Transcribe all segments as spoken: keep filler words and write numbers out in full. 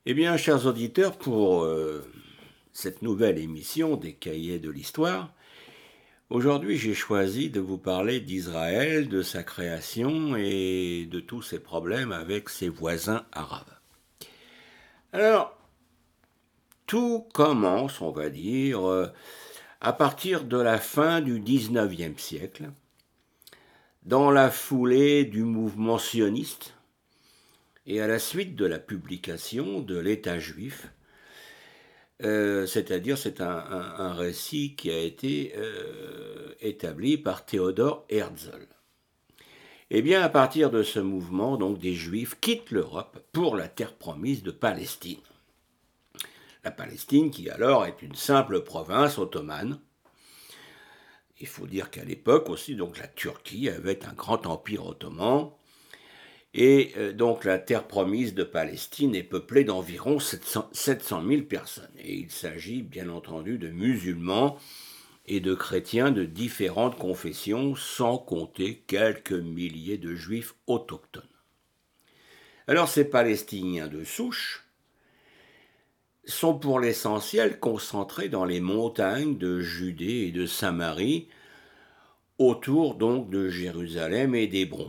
Eh bien, chers auditeurs, pour euh, cette nouvelle émission des Cahiers de l'Histoire, aujourd'hui j'ai choisi de vous parler d'Israël, de sa création et de tous ses problèmes avec ses voisins arabes. Alors, tout commence, on va dire, euh, à partir de la fin du dix-neuvième siècle, dans la foulée du mouvement sioniste et à la suite de la publication de l'État juif. Euh, c'est-à-dire, c'est un, un, un récit qui a été euh, établi par Théodore Herzl. Eh bien, à partir de ce mouvement, donc, des Juifs quittent l'Europe pour la terre promise de Palestine. La Palestine, qui alors est une simple province ottomane. Il faut dire qu'à l'époque aussi, donc, la Turquie avait un grand empire ottoman. Et euh, donc la terre promise de Palestine est peuplée d'environ sept cent mille personnes. Et il s'agit bien entendu de musulmans et de chrétiens de différentes confessions, sans compter quelques milliers de juifs autochtones. Alors ces Palestiniens de souche sont pour l'essentiel concentrés dans les montagnes de Judée et de Samarie, autour donc de Jérusalem et d'Hébron.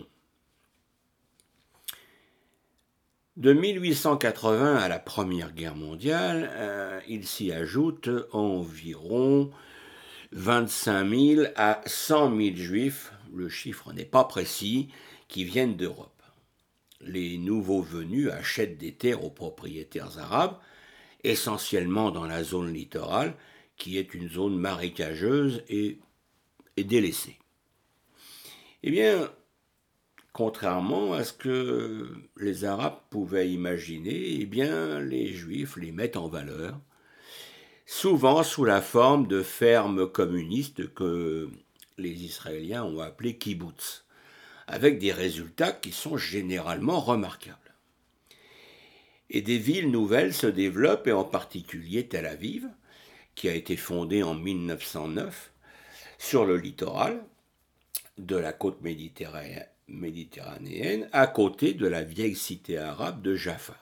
De mille huit cent quatre-vingts à la Première Guerre mondiale, euh, il s'y ajoute environ vingt-cinq mille à cent mille juifs, le chiffre n'est pas précis, qui viennent d'Europe. Les nouveaux venus achètent des terres aux propriétaires arabes, essentiellement dans la zone littorale, qui est une zone marécageuse et, et délaissée. Eh bien, contrairement à ce que les Arabes pouvaient imaginer, eh bien, les Juifs les mettent en valeur, souvent sous la forme de fermes communistes que les Israéliens ont appelées kibbutz, avec des résultats qui sont généralement remarquables. Et des villes nouvelles se développent, et en particulier Tel Aviv, qui a été fondée en mille neuf cent neuf sur le littoral de la côte méditerranéenne, méditerranéenne, à côté de la vieille cité arabe de Jaffa.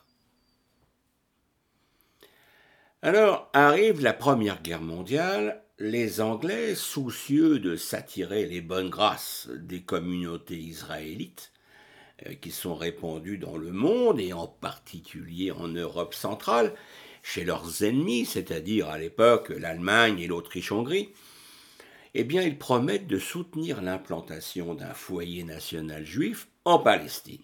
Alors arrive la Première Guerre mondiale, les Anglais, soucieux de s'attirer les bonnes grâces des communautés israélites, euh, qui sont répandues dans le monde, et en particulier en Europe centrale, chez leurs ennemis, c'est-à-dire à l'époque l'Allemagne et l'Autriche-Hongrie, eh bien, ils promettent de soutenir l'implantation d'un foyer national juif en Palestine.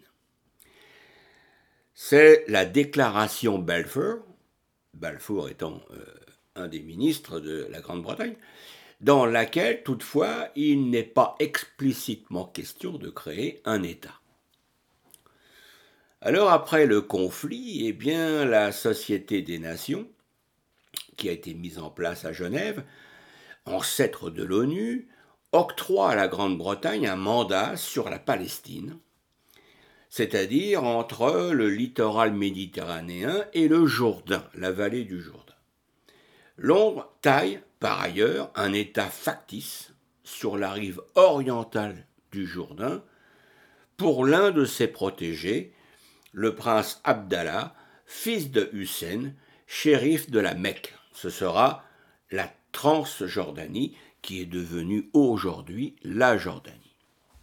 C'est la déclaration Balfour, Balfour étant euh, un des ministres de la Grande-Bretagne, dans laquelle, toutefois, il n'est pas explicitement question de créer un État. Alors, après le conflit, eh bien, la Société des Nations, qui a été mise en place à Genève, ancêtre de l'ONU, octroie à la Grande-Bretagne un mandat sur la Palestine, c'est-à-dire entre le littoral méditerranéen et le Jourdain, la vallée du Jourdain. Londres taille, par ailleurs, un État factice sur la rive orientale du Jourdain pour l'un de ses protégés, le prince Abdallah, fils de Hussein, shérif de la Mecque. Ce sera la Transjordanie, qui est devenue aujourd'hui la Jordanie.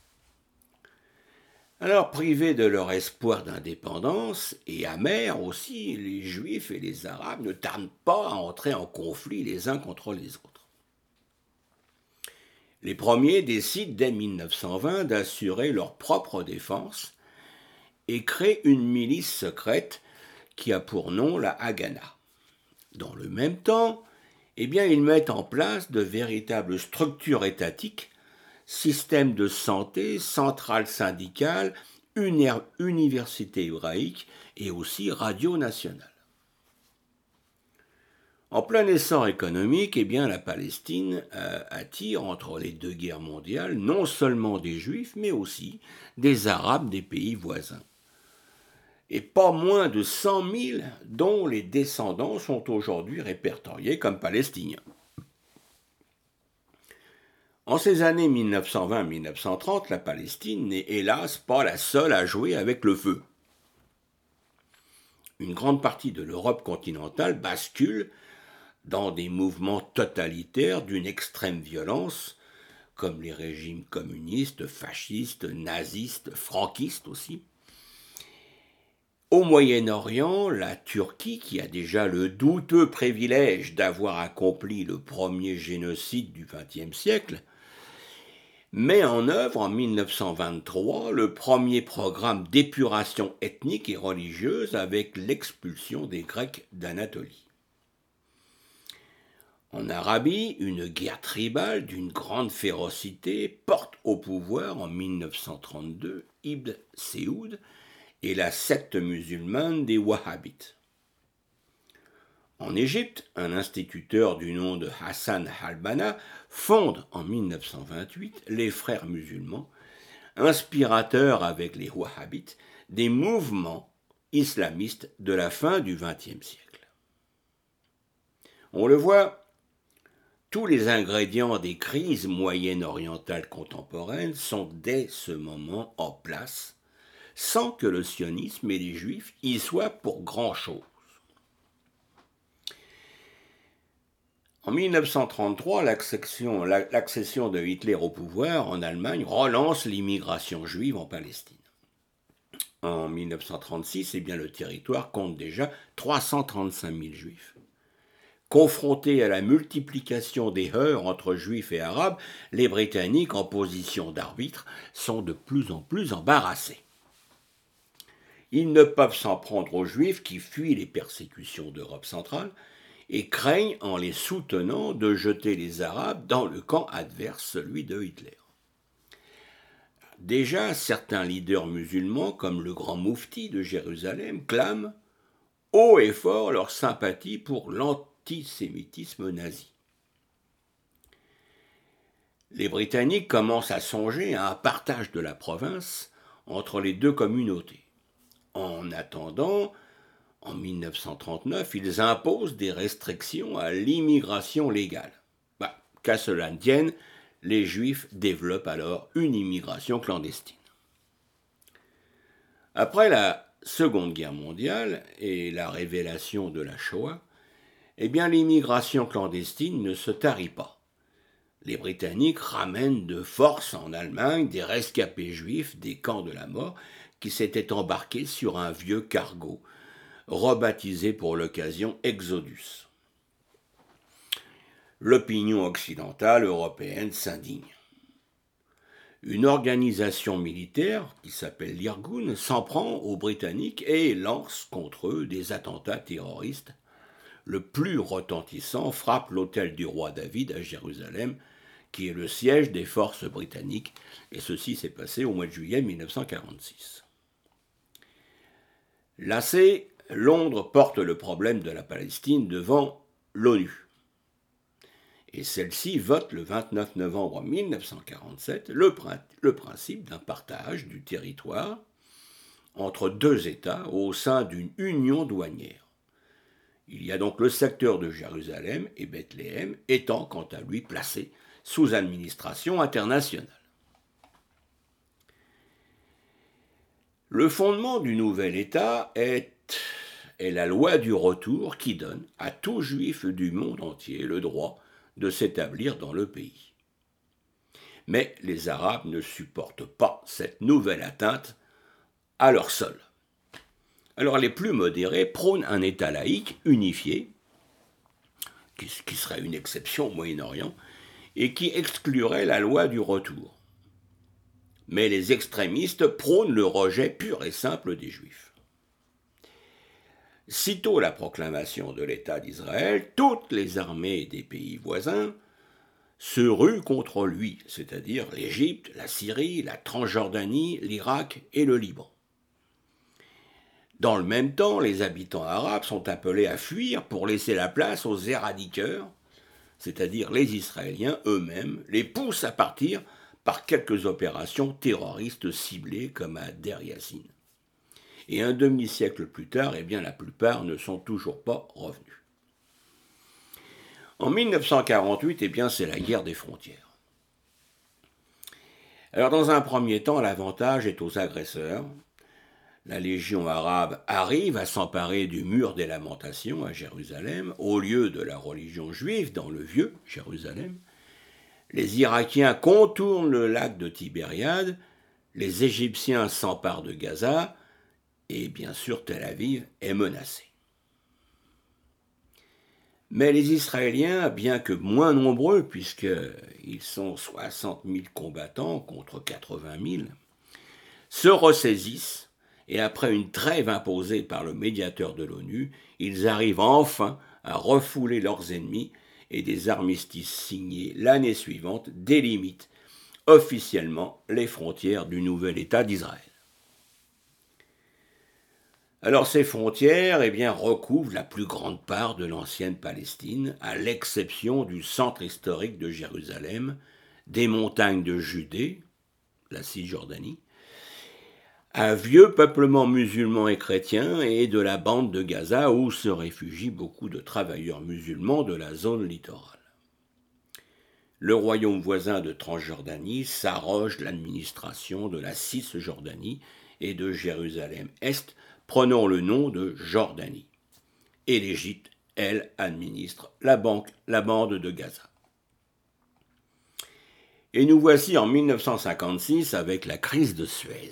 Alors, privés de leur espoir d'indépendance, et amers aussi, les Juifs et les Arabes ne tardent pas à entrer en conflit les uns contre les autres. Les premiers décident dès mille neuf cent vingt d'assurer leur propre défense et créent une milice secrète qui a pour nom la Haganah. Dans le même temps, eh bien, ils mettent en place de véritables structures étatiques, systèmes de santé, centrales syndicales, universités hébraïques et aussi radio nationale. En plein essor économique, eh bien, la Palestine euh, attire entre les deux guerres mondiales non seulement des Juifs, mais aussi des Arabes des pays voisins. Et pas moins de cent mille dont les descendants sont aujourd'hui répertoriés comme palestiniens. En ces années mille neuf cent vingt à mille neuf cent trente, la Palestine n'est hélas pas la seule à jouer avec le feu. une grande partie de l'Europe continentale bascule dans des mouvements totalitaires d'une extrême violence, comme les régimes communistes, fascistes, nazistes, franquistes aussi. Au Moyen-Orient, la Turquie, qui a déjà le douteux privilège d'avoir accompli le premier génocide du vingtième siècle, met en œuvre en mille neuf cent vingt-trois le premier programme d'épuration ethnique et religieuse avec l'expulsion des Grecs d'Anatolie. En Arabie, une guerre tribale d'une grande férocité porte au pouvoir en mille neuf cent trente-deux Ibn Saoud et la secte musulmane des Wahhabites. En Égypte, un instituteur du nom de Hassan al-Banna fonde en mille neuf cent vingt-huit les Frères musulmans, inspirateurs avec les Wahhabites des mouvements islamistes de la fin du vingtième siècle. On le voit, tous les ingrédients des crises moyen-orientales contemporaines sont dès ce moment en place, sans que le sionisme et les juifs y soient pour grand-chose. En mille neuf cent trente-trois, l'accession, l'accession de Hitler au pouvoir en Allemagne relance l'immigration juive en Palestine. En mille neuf cent trente-six, eh bien, le territoire compte déjà trois cent trente-cinq mille juifs. Confrontés à la multiplication des heurts entre juifs et arabes, les Britanniques, en position d'arbitre, sont de plus en plus embarrassés. Ils ne peuvent s'en prendre aux juifs qui fuient les persécutions d'Europe centrale et craignent, en les soutenant, de jeter les Arabes dans le camp adverse, celui de Hitler. Déjà, certains leaders musulmans, comme le grand moufti de Jérusalem, clament haut et fort leur sympathie pour l'antisémitisme nazi. Les Britanniques commencent à songer à un partage de la province entre les deux communautés. En attendant, en mille neuf cent trente-neuf, ils imposent des restrictions à l'immigration légale. Bah, qu'à cela ne tienne, les Juifs développent alors une immigration clandestine. Après la Seconde Guerre mondiale et la révélation de la Shoah, eh bien l'immigration clandestine ne se tarit pas. Les Britanniques ramènent de force en Allemagne des rescapés juifs des camps de la mort qui s'étaient embarqués sur un vieux cargo, rebaptisé pour l'occasion Exodus. L'opinion occidentale européenne s'indigne. Une organisation militaire, qui s'appelle l'Irgun, s'en prend aux Britanniques et lance contre eux des attentats terroristes. Le plus retentissant frappe l'hôtel du roi David à Jérusalem, qui est le siège des forces britanniques, et ceci s'est passé au mois de juillet mille neuf cent quarante-six. Lassé, Londres porte le problème de la Palestine devant l'ONU. Et celle-ci vote le vingt-neuf novembre mille neuf cent quarante-sept le, le principe d'un partage du territoire entre deux États au sein d'une union douanière. Il y a donc le secteur de Jérusalem et Bethléem étant quant à lui placé sous administration internationale. Le fondement du nouvel État est, est la loi du retour qui donne à tout juif du monde entier le droit de s'établir dans le pays. Mais les Arabes ne supportent pas cette nouvelle atteinte à leur sol. Alors les plus modérés prônent un État laïque unifié, qui serait une exception au Moyen-Orient, et qui exclurait la loi du retour. Mais les extrémistes prônent le rejet pur et simple des Juifs. Sitôt la proclamation de l'État d'Israël, toutes les armées des pays voisins se ruent contre lui, c'est-à-dire l'Égypte, la Syrie, la Transjordanie, l'Irak et le Liban. Dans le même temps, les habitants arabes sont appelés à fuir pour laisser la place aux éradiqueurs, c'est-à-dire les Israéliens eux-mêmes, les poussent à partir par quelques opérations terroristes ciblées comme à Der Yassin. Et un demi-siècle plus tard, eh bien, la plupart ne sont toujours pas revenus. En mille neuf cent quarante-huit, eh bien, c'est la guerre des frontières. Alors, dans un premier temps, l'avantage est aux agresseurs. la Légion arabe arrive à s'emparer du mur des Lamentations à Jérusalem, au lieu de la religion juive dans le vieux Jérusalem. Les Irakiens contournent le lac de Tibériade, les Égyptiens s'emparent de Gaza, et bien sûr Tel Aviv est menacée. Mais les Israéliens, bien que moins nombreux, puisqu'ils sont soixante mille combattants contre quatre-vingt mille, se ressaisissent et après une trêve imposée par le médiateur de l'ONU, ils arrivent enfin à refouler leurs ennemis et des armistices signés l'année suivante délimitent officiellement les frontières du nouvel État d'Israël. Alors ces frontières eh bien, recouvrent la plus grande part de l'ancienne Palestine, à l'exception du centre historique de Jérusalem, des montagnes de Judée, la Cisjordanie, un vieux peuplement musulman et chrétien et de la bande de Gaza où se réfugient beaucoup de travailleurs musulmans de la zone littorale. Le royaume voisin de Transjordanie s'arroge l'administration de la Cisjordanie et de Jérusalem-Est, prenant le nom de Jordanie. Et l'Égypte, elle, administre la, banque, la bande de Gaza. Et nous voici en mille neuf cent cinquante-six avec la crise de Suez.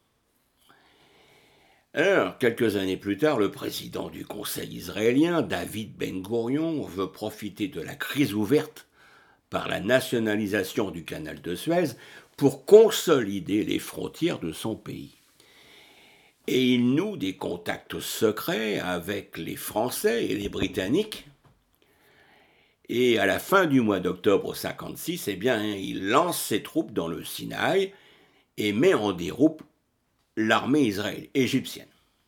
Alors, quelques années plus tard, le président du Conseil israélien, David Ben-Gourion, veut profiter de la crise ouverte par la nationalisation du canal de Suez pour consolider les frontières de son pays. Et il noue des contacts secrets avec les Français et les Britanniques. Et à la fin du mois d'octobre cinquante-six, eh bien, il lance ses troupes dans le Sinaï et met en déroute l'armée israélienne égyptienne.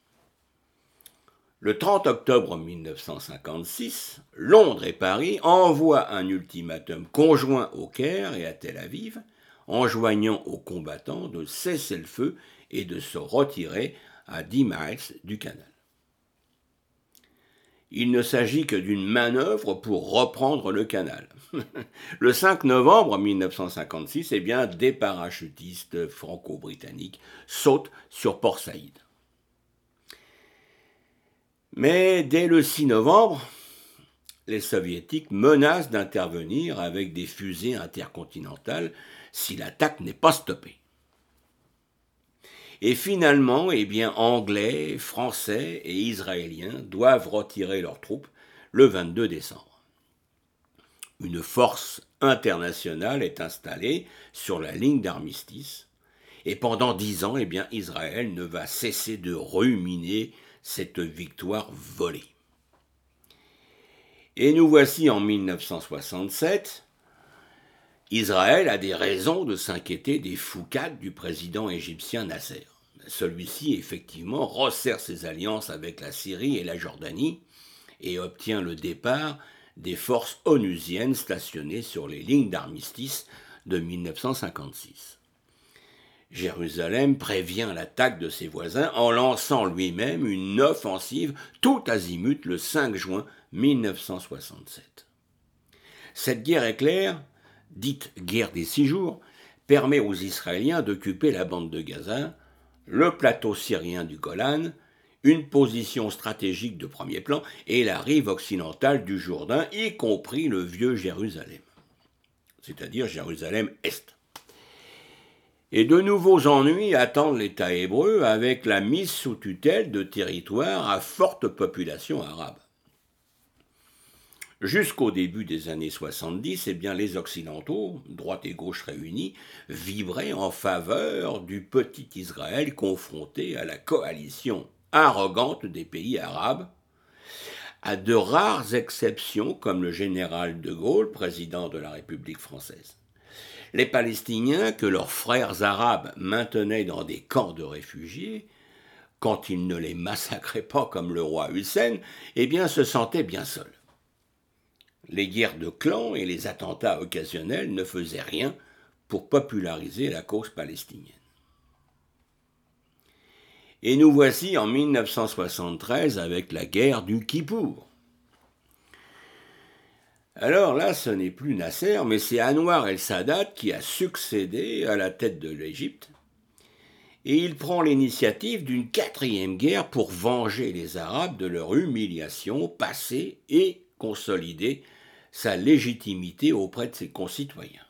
Le trente octobre mille neuf cent cinquante-six, Londres et Paris envoient un ultimatum conjoint au Caire et à Tel Aviv, enjoignant aux combattants de cesser le feu et de se retirer à dix miles du canal. Il ne s'agit que d'une manœuvre pour reprendre le canal. Le cinq novembre mille neuf cent cinquante-six, eh bien, des parachutistes franco-britanniques sautent sur Port Saïd. Mais dès le six novembre, les soviétiques menacent d'intervenir avec des fusées intercontinentales si l'attaque n'est pas stoppée. Et finalement, eh bien, Anglais, Français et Israéliens doivent retirer leurs troupes le vingt-deux décembre. Une force internationale est installée sur la ligne d'armistice et pendant dix ans, eh bien, Israël ne va cesser de ruminer cette victoire volée. Et nous voici en mille neuf cent soixante-sept. Israël a des raisons de s'inquiéter des foucades du président égyptien Nasser. Celui-ci, effectivement, resserre ses alliances avec la Syrie et la Jordanie et obtient le départ des forces onusiennes stationnées sur les lignes d'armistice de mille neuf cent cinquante-six. Jérusalem prévient l'attaque de ses voisins en lançant lui-même une offensive tout azimut le cinq juin mille neuf cent soixante-sept. Cette guerre éclair, dite guerre des six jours, permet aux Israéliens d'occuper la bande de Gaza, le plateau syrien du Golan, une position stratégique de premier plan et la rive occidentale du Jourdain, y compris le vieux Jérusalem, c'est-à-dire Jérusalem-Est. Et de nouveaux ennuis attendent l'État hébreu avec la mise sous tutelle de territoires à forte population arabe. Jusqu'au début des années soixante-dix, eh bien, les Occidentaux, droite et gauche réunis, vibraient en faveur du petit Israël confronté à la coalition arrogante des pays arabes, à de rares exceptions comme le général de Gaulle, président de la République française. Les Palestiniens, que leurs frères arabes maintenaient dans des camps de réfugiés, quand ils ne les massacraient pas comme le roi Hussein, eh bien, se sentaient bien seuls. Les guerres de clans et les attentats occasionnels ne faisaient rien pour populariser la cause palestinienne. Et nous voici en mille neuf cent soixante-treize avec la guerre du Kippour. Alors là, ce n'est plus Nasser, mais c'est Anwar el-Sadat qui a succédé à la tête de l'Égypte. et il prend l'initiative d'une quatrième guerre pour venger les Arabes de leur humiliation passée et consolider sa légitimité auprès de ses concitoyens.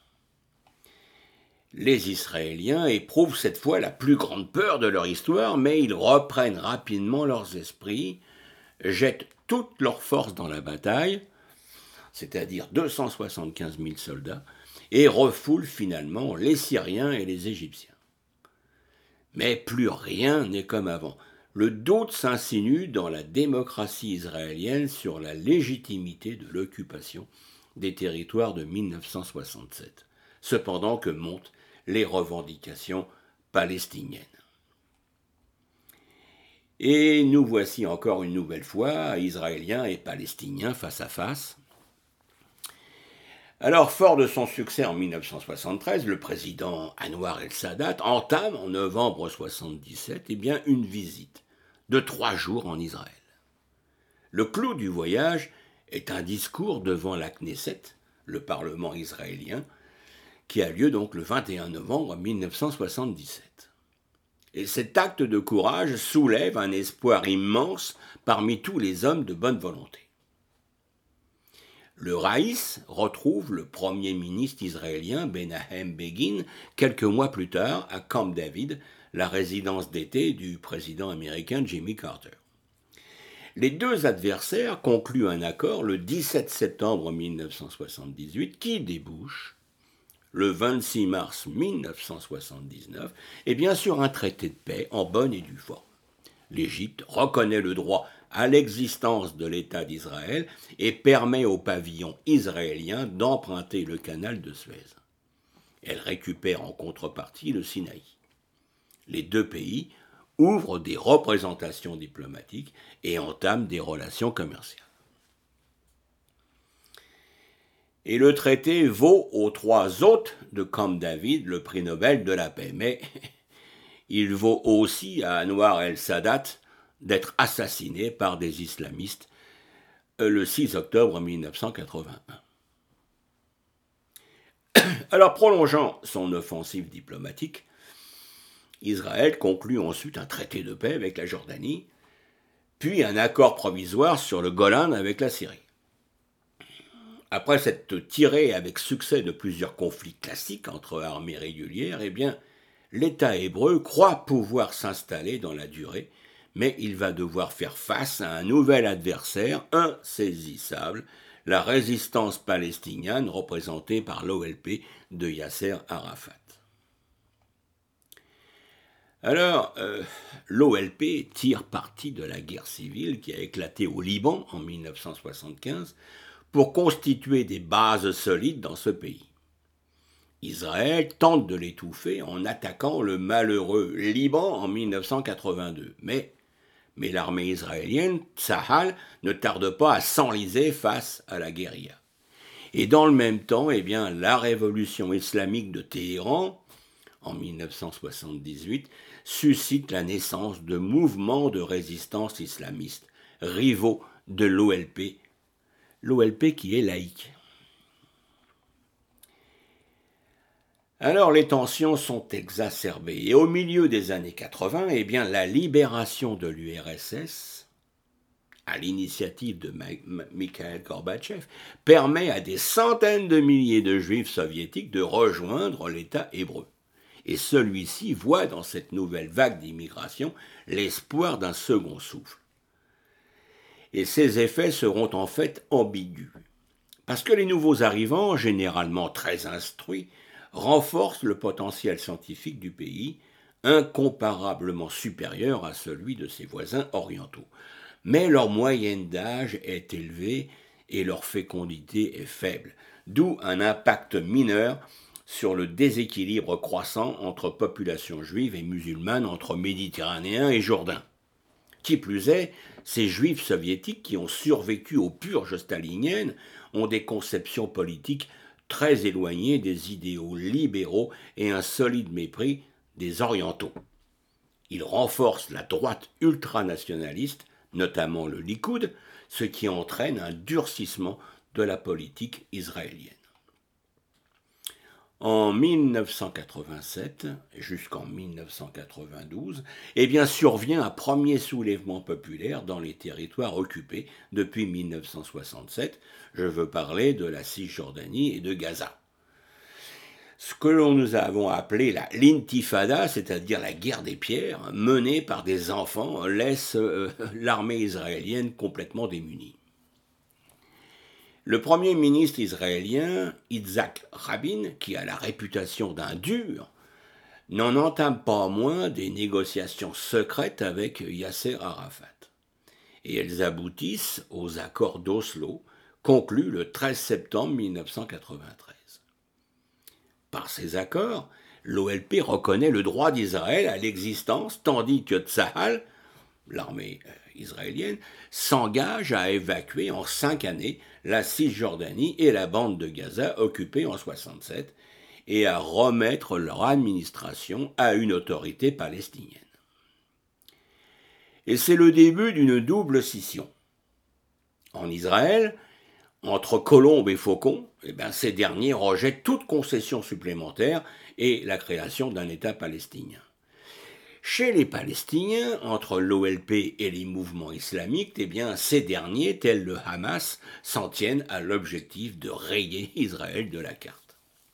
Les Israéliens éprouvent cette fois la plus grande peur de leur histoire, mais ils reprennent rapidement leurs esprits, jettent toutes leurs forces dans la bataille, c'est-à-dire deux cent soixante-quinze mille soldats, et refoulent finalement les Syriens et les Égyptiens. Mais plus rien n'est comme avant. Le doute s'insinue dans la démocratie israélienne sur la légitimité de l'occupation des territoires de mille neuf cent soixante-sept, cependant que montent les revendications palestiniennes. Et nous voici encore une nouvelle fois, Israéliens et Palestiniens face à face. Alors, fort de son succès en mille neuf cent soixante-treize, le président Anwar el-Sadat entame en novembre mille neuf cent soixante-dix-sept eh bien, une visite de trois jours en Israël. Le clou du voyage est un discours devant la Knesset, le Parlement israélien, qui a lieu donc le vingt et un novembre mille neuf cent soixante-dix-sept. Et cet acte de courage soulève un espoir immense parmi tous les hommes de bonne volonté. Le Raïs retrouve le premier ministre israélien Menahem Begin quelques mois plus tard à Camp David, la résidence d'été du président américain Jimmy Carter. Les deux adversaires concluent un accord le dix-sept septembre mille neuf cent soixante-dix-huit qui débouche le vingt-six mars mille neuf cent soixante-dix-neuf et bien sûr un traité de paix en bonne et due forme. L'Égypte reconnaît le droit à l'existence de l'État d'Israël et permet au pavillon israélien d'emprunter le canal de Suez. Elle récupère en contrepartie le Sinaï. Les deux pays ouvrent des représentations diplomatiques et entament des relations commerciales. Et le traité vaut aux trois hôtes de Camp David le prix Nobel de la paix. Mais il vaut aussi à Anwar el-Sadat d'être assassiné par des islamistes le six octobre mille neuf cent quatre-vingt-un. Alors, prolongeant son offensive diplomatique, Israël conclut ensuite un traité de paix avec la Jordanie, puis un accord provisoire sur le Golan avec la Syrie. Après cette tirée avec succès de plusieurs conflits classiques entre armées régulières, eh bien, l'État hébreu croit pouvoir s'installer dans la durée, mais il va devoir faire face à un nouvel adversaire insaisissable, la résistance palestinienne représentée par l'O L P de Yasser Arafat. Alors, euh, l'O L P tire parti de la guerre civile qui a éclaté au Liban en mille neuf cent soixante-quinze pour constituer des bases solides dans ce pays. Israël tente de l'étouffer en attaquant le malheureux Liban en mille neuf cent quatre-vingt-deux. Mais, mais l'armée israélienne, Tsahal, ne tarde pas à s'enliser face à la guérilla. Et dans le même temps, eh bien, la révolution islamique de Téhéran, en mille neuf cent soixante-dix-huit, suscite la naissance de mouvements de résistance islamistes, rivaux de l'O L P, l'O L P qui est laïque. Alors les tensions sont exacerbées et au milieu des années quatre-vingts, eh bien, la libération de l'U R S S, à l'initiative de Mikhail Gorbatchev, permet à des centaines de milliers de juifs soviétiques de rejoindre l'État hébreu. Et celui-ci voit dans cette nouvelle vague d'immigration l'espoir d'un second souffle. Et ces effets seront en fait ambigus. Parce que les nouveaux arrivants, généralement très instruits, renforcent le potentiel scientifique du pays, incomparablement supérieur à celui de ses voisins orientaux. Mais leur moyenne d'âge est élevée et leur fécondité est faible, d'où un impact mineur sur le déséquilibre croissant entre populations juives et musulmanes, entre Méditerranéens et Jourdains. Qui plus est, ces juifs soviétiques qui ont survécu aux purges staliniennes ont des conceptions politiques très éloignées des idéaux libéraux et un solide mépris des orientaux. Ils renforcent la droite ultranationaliste, notamment le Likoud, ce qui entraîne un durcissement de la politique israélienne. En mille neuf cent quatre-vingt-sept jusqu'en mille neuf cent quatre-vingt-douze, eh bien survient un premier soulèvement populaire dans les territoires occupés depuis mille neuf cent soixante-sept. Je veux parler de la Cisjordanie et de Gaza. Ce que nous avons appelé la l'intifada, c'est-à-dire la guerre des pierres, menée par des enfants, laisse euh, l'armée israélienne complètement démunie. Le premier ministre israélien, Yitzhak Rabin, qui a la réputation d'un dur, n'en entame pas moins des négociations secrètes avec Yasser Arafat. Et elles aboutissent aux accords d'Oslo, conclus le treize septembre mille neuf cent quatre-vingt-treize. Par ces accords, l'O L P reconnaît le droit d'Israël à l'existence, tandis que Tsahal, l'armée israélienne, s'engage à évacuer en cinq années la Cisjordanie et la bande de Gaza occupée en soixante-sept et à remettre leur administration à une autorité palestinienne. Et c'est le début d'une double scission. En Israël, entre colombes et faucons, eh bien, ces derniers rejettent toute concession supplémentaire et la création d'un État palestinien. Chez les Palestiniens, entre l'O L P et les mouvements islamiques, eh bien, ces derniers, tels le Hamas, s'en tiennent à l'objectif de rayer Israël de la carte.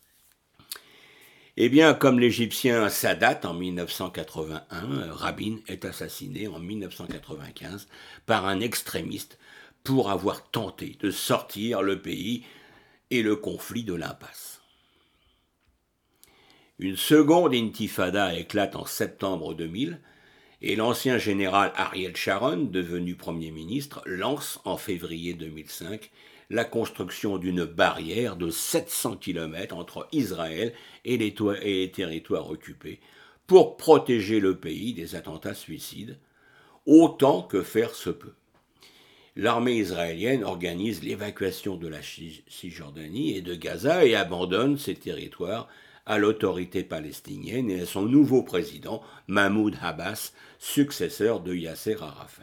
Eh bien, comme l'Égyptien Sadat en mille neuf cent quatre-vingt-un, Rabin est assassiné en mille neuf cent quatre-vingt-quinze par un extrémiste pour avoir tenté de sortir le pays et le conflit de l'impasse. Une seconde intifada éclate en septembre deux mille et l'ancien général Ariel Sharon, devenu Premier ministre, lance en février deux mille cinq la construction d'une barrière de sept cents kilomètres entre Israël et les, to- et les territoires occupés pour protéger le pays des attentats suicides, autant que faire se peut. L'armée israélienne organise l'évacuation de la Cisjordanie et de Gaza et abandonne ces territoires à l'autorité palestinienne et à son nouveau président, Mahmoud Abbas, successeur de Yasser Arafat.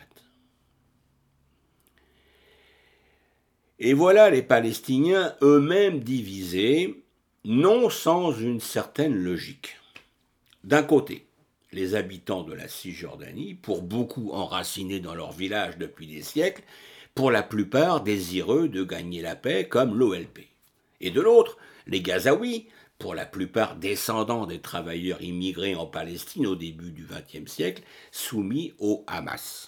Et voilà les Palestiniens eux-mêmes divisés, non sans une certaine logique. D'un côté, les habitants de la Cisjordanie, pour beaucoup enracinés dans leur village depuis des siècles, pour la plupart désireux de gagner la paix comme l'O L P. Et de l'autre, les Gazaouis, pour la plupart descendants des travailleurs immigrés en Palestine au début du vingtième siècle, soumis au Hamas.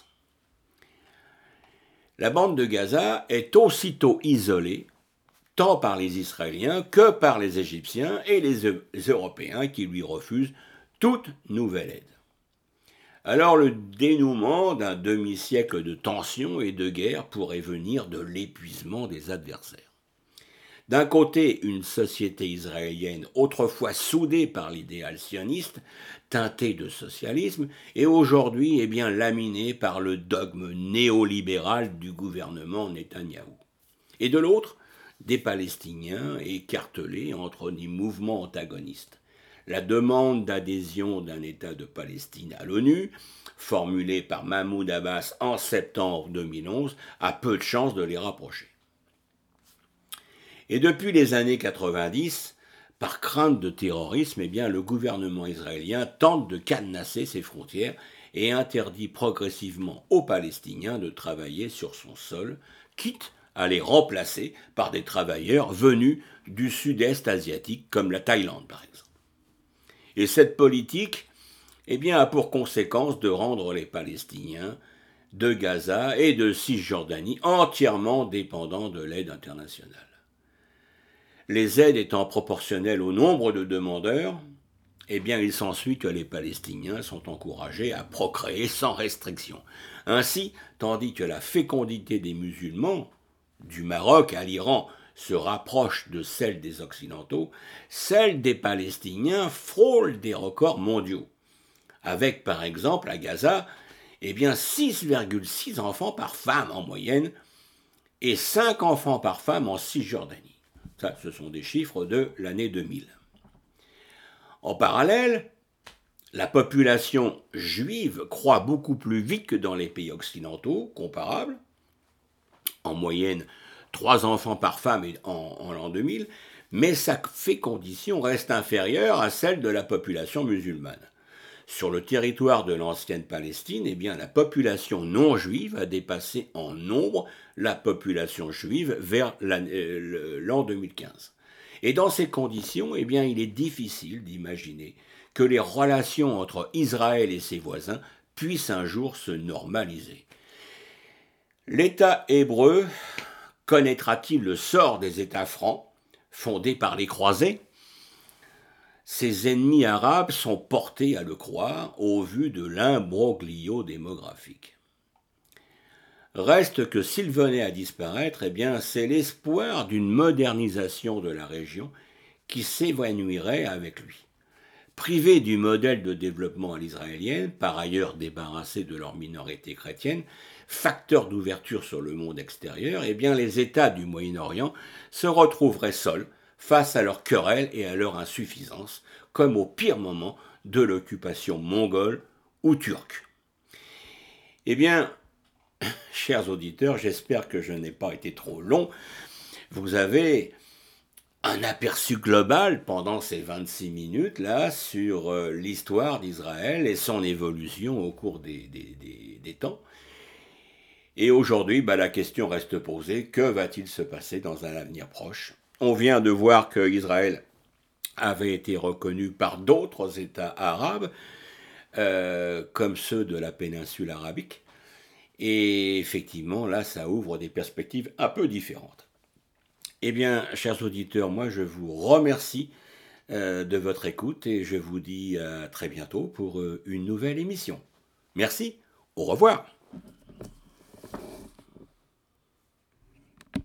La bande de Gaza est aussitôt isolée, tant par les Israéliens que par les Égyptiens et les Européens qui lui refusent toute nouvelle aide. Alors le dénouement d'un demi-siècle de tensions et de guerres pourrait venir de l'épuisement des adversaires. D'un côté, une société israélienne autrefois soudée par l'idéal sioniste, teintée de socialisme, et aujourd'hui eh bien, laminée par le dogme néolibéral du gouvernement Netanyahou. Et de l'autre, des Palestiniens écartelés entre des mouvements antagonistes. La demande d'adhésion d'un État de Palestine à l'ONU, formulée par Mahmoud Abbas en septembre deux mille onze, a peu de chances de les rapprocher. Et depuis les années quatre-vingt-dix, par crainte de terrorisme, eh bien, le gouvernement israélien tente de cadenasser ses frontières et interdit progressivement aux Palestiniens de travailler sur son sol, quitte à les remplacer par des travailleurs venus du sud-est asiatique, comme la Thaïlande par exemple. Et cette politique eh bien, a pour conséquence de rendre les Palestiniens de Gaza et de Cisjordanie entièrement dépendants de l'aide internationale. Les aides étant proportionnelles au nombre de demandeurs, eh bien, il s'ensuit que les Palestiniens sont encouragés à procréer sans restriction. Ainsi, tandis que la fécondité des musulmans, du Maroc à l'Iran, se rapproche de celle des Occidentaux, celle des Palestiniens frôle des records mondiaux. Avec, par exemple, à Gaza, eh bien, six virgule six enfants par femme en moyenne et cinq enfants par femme en Cisjordanie. Ça, ce sont des chiffres de l'année deux mille. En parallèle, la population juive croît beaucoup plus vite que dans les pays occidentaux comparables, en moyenne trois enfants par femme en, en l'an deux mille, mais sa fécondition reste inférieure à celle de la population musulmane. Sur le territoire de l'ancienne Palestine, eh bien, la population non juive a dépassé en nombre la population juive vers l'an deux mille quinze. Et dans ces conditions, eh bien, il est difficile d'imaginer que les relations entre Israël et ses voisins puissent un jour se normaliser. L'État hébreu connaîtra-t-il le sort des États francs, fondés par les croisés ? Ses ennemis arabes sont portés à le croire au vu de l'imbroglio démographique. Reste que s'il venait à disparaître, eh bien, c'est l'espoir d'une modernisation de la région qui s'évanouirait avec lui. Privés du modèle de développement à l'israélienne, par ailleurs débarrassés de leur minorité chrétienne, facteur d'ouverture sur le monde extérieur, eh bien, les États du Moyen-Orient se retrouveraient seuls face à leurs querelles et à leur insuffisance, comme au pire moment de l'occupation mongole ou turque. Eh bien, chers auditeurs, j'espère que je n'ai pas été trop long. Vous avez un aperçu global pendant ces vingt-six minutes là sur euh, l'histoire d'Israël et son évolution au cours des, des, des, des temps. Et aujourd'hui, bah, la question reste posée, que va-t-il se passer dans un avenir proche ? On vient de voir que Israël avait été reconnu par d'autres États arabes, euh, comme ceux de la péninsule arabique. Et effectivement, là, ça ouvre des perspectives un peu différentes. Eh bien, chers auditeurs, moi, je vous remercie euh, de votre écoute et je vous dis à très bientôt pour euh, une nouvelle émission. Merci, au revoir.